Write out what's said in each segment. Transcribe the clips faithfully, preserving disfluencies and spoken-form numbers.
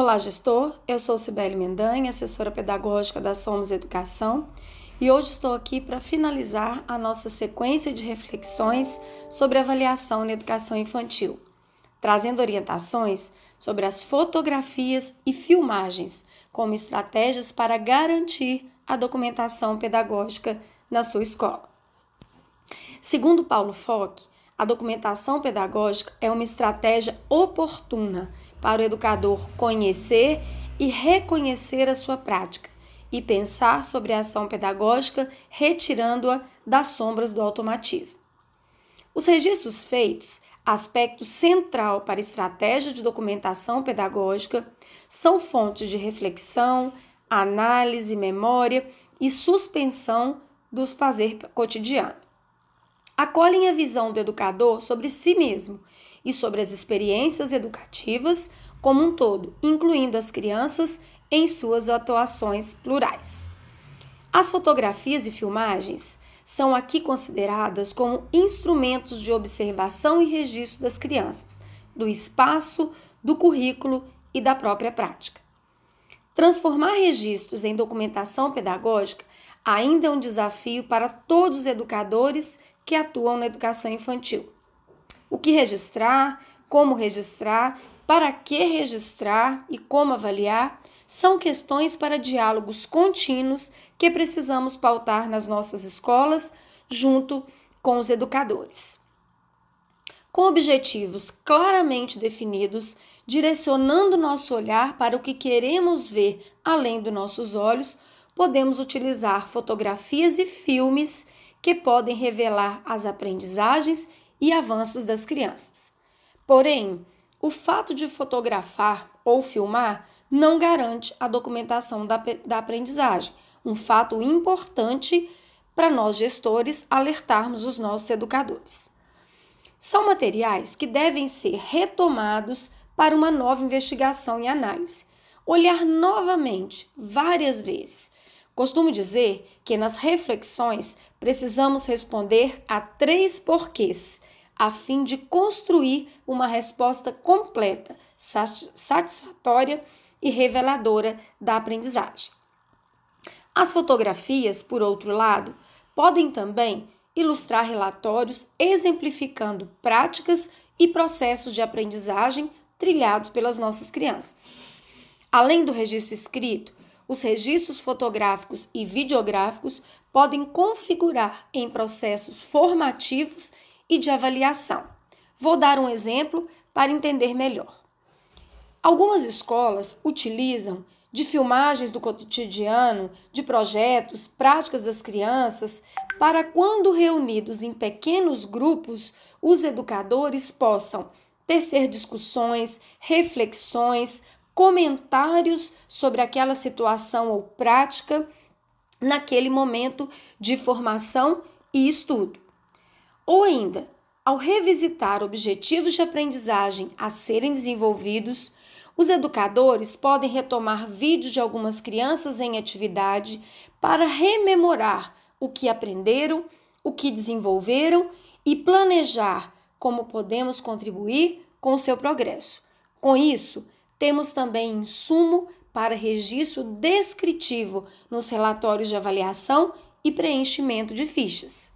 Olá, gestor. Eu sou Cibele Mendanha, assessora pedagógica da Somos Educação, e hoje estou aqui para finalizar a nossa sequência de reflexões sobre avaliação na educação infantil, trazendo orientações sobre as fotografias e filmagens como estratégias para garantir a documentação pedagógica na sua escola. Segundo Paulo Fock, a documentação pedagógica é uma estratégia oportuna para o educador conhecer e reconhecer a sua prática e pensar sobre a ação pedagógica, retirando-a das sombras do automatismo. Os registros feitos, aspecto central para a estratégia de documentação pedagógica, são fontes de reflexão, análise, memória e suspensão do fazer cotidiano. Acolhem a visão do educador sobre si mesmo e sobre as experiências educativas como um todo, incluindo as crianças em suas atuações plurais. As fotografias e filmagens são aqui consideradas como instrumentos de observação e registro das crianças, do espaço, do currículo e da própria prática. Transformar registros em documentação pedagógica ainda é um desafio para todos os educadores que atuam na educação infantil. O que registrar, como registrar, para que registrar e como avaliar são questões para diálogos contínuos que precisamos pautar nas nossas escolas junto com os educadores. Com objetivos claramente definidos, direcionando nosso olhar para o que queremos ver além dos nossos olhos, podemos utilizar fotografias e filmes que podem revelar as aprendizagens e avanços das crianças. Porém, o fato de fotografar ou filmar não garante a documentação da, da aprendizagem, um fato importante para nós gestores alertarmos os nossos educadores. São materiais que devem ser retomados para uma nova investigação e análise. Olhar novamente, várias vezes. Costumo dizer que nas reflexões precisamos responder a três porquês, a fim de construir uma resposta completa, satisfatória e reveladora da aprendizagem. As fotografias, por outro lado, podem também ilustrar relatórios exemplificando práticas e processos de aprendizagem trilhados pelas nossas crianças. Além do registro escrito, os registros fotográficos e videográficos podem configurar em processos formativos e de avaliação. Vou dar um exemplo para entender melhor. Algumas escolas utilizam de filmagens do cotidiano, de projetos, práticas das crianças, para quando reunidos em pequenos grupos, os educadores possam tecer discussões, reflexões, comentários sobre aquela situação ou prática naquele momento de formação e estudo. Ou ainda, ao revisitar objetivos de aprendizagem a serem desenvolvidos, os educadores podem retomar vídeos de algumas crianças em atividade para rememorar o que aprenderam, o que desenvolveram e planejar como podemos contribuir com o seu progresso. Com isso, temos também insumo para registro descritivo nos relatórios de avaliação e preenchimento de fichas.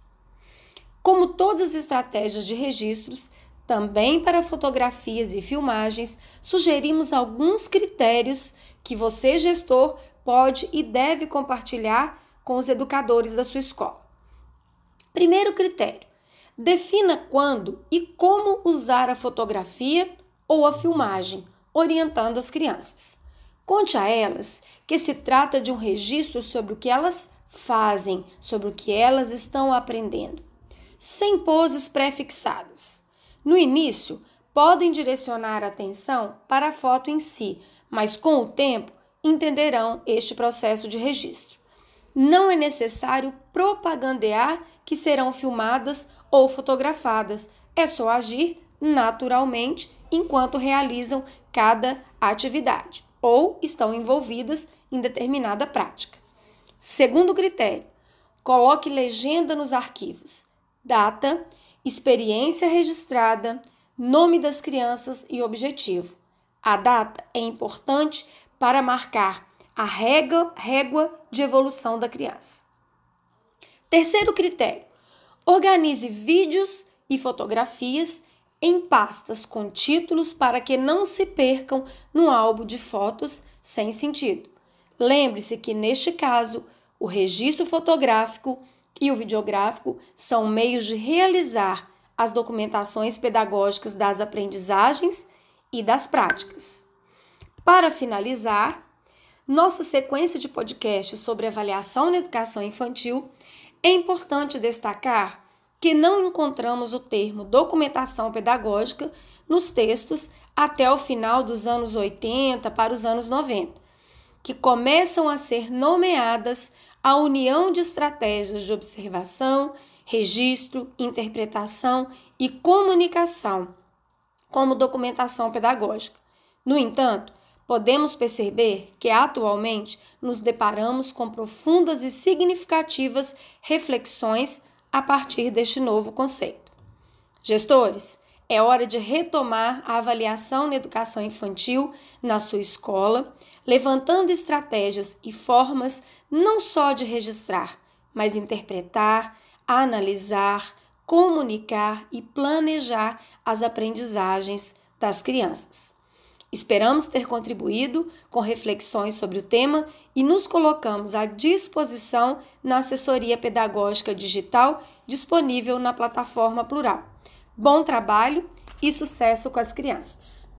Como todas as estratégias de registros, também para fotografias e filmagens, sugerimos alguns critérios que você, gestor, pode e deve compartilhar com os educadores da sua escola. Primeiro critério: defina quando e como usar a fotografia ou a filmagem, orientando as crianças. Conte a elas que se trata de um registro sobre o que elas fazem, sobre o que elas estão aprendendo, sem poses pré-fixadas. No início, podem direcionar a atenção para a foto em si, mas com o tempo entenderão este processo de registro. Não é necessário propagandear que serão filmadas ou fotografadas, é só agir naturalmente enquanto realizam cada atividade ou estão envolvidas em determinada prática. Segundo critério: coloque legenda nos arquivos, data, experiência registrada, nome das crianças e objetivo. A data é importante para marcar a régua, régua de evolução da criança. Terceiro critério: organize vídeos e fotografias em pastas com títulos para que não se percam no álbum de fotos sem sentido. Lembre-se que, neste caso, o registro fotográfico e o videográfico são meios de realizar as documentações pedagógicas das aprendizagens e das práticas. Para finalizar, nossa sequência de podcasts sobre avaliação na educação infantil, é importante destacar que não encontramos o termo documentação pedagógica nos textos até o final dos anos oitenta para os anos noventa, que começam a ser nomeadas a união de estratégias de observação, registro, interpretação e comunicação como documentação pedagógica. No entanto, podemos perceber que atualmente nos deparamos com profundas e significativas reflexões a partir deste novo conceito. Gestores, é hora de retomar a avaliação na educação infantil na sua escola, levantando estratégias e formas não só de registrar, mas interpretar, analisar, comunicar e planejar as aprendizagens das crianças. Esperamos ter contribuído com reflexões sobre o tema e nos colocamos à disposição na assessoria pedagógica digital disponível na plataforma Plural. Bom trabalho e sucesso com as crianças!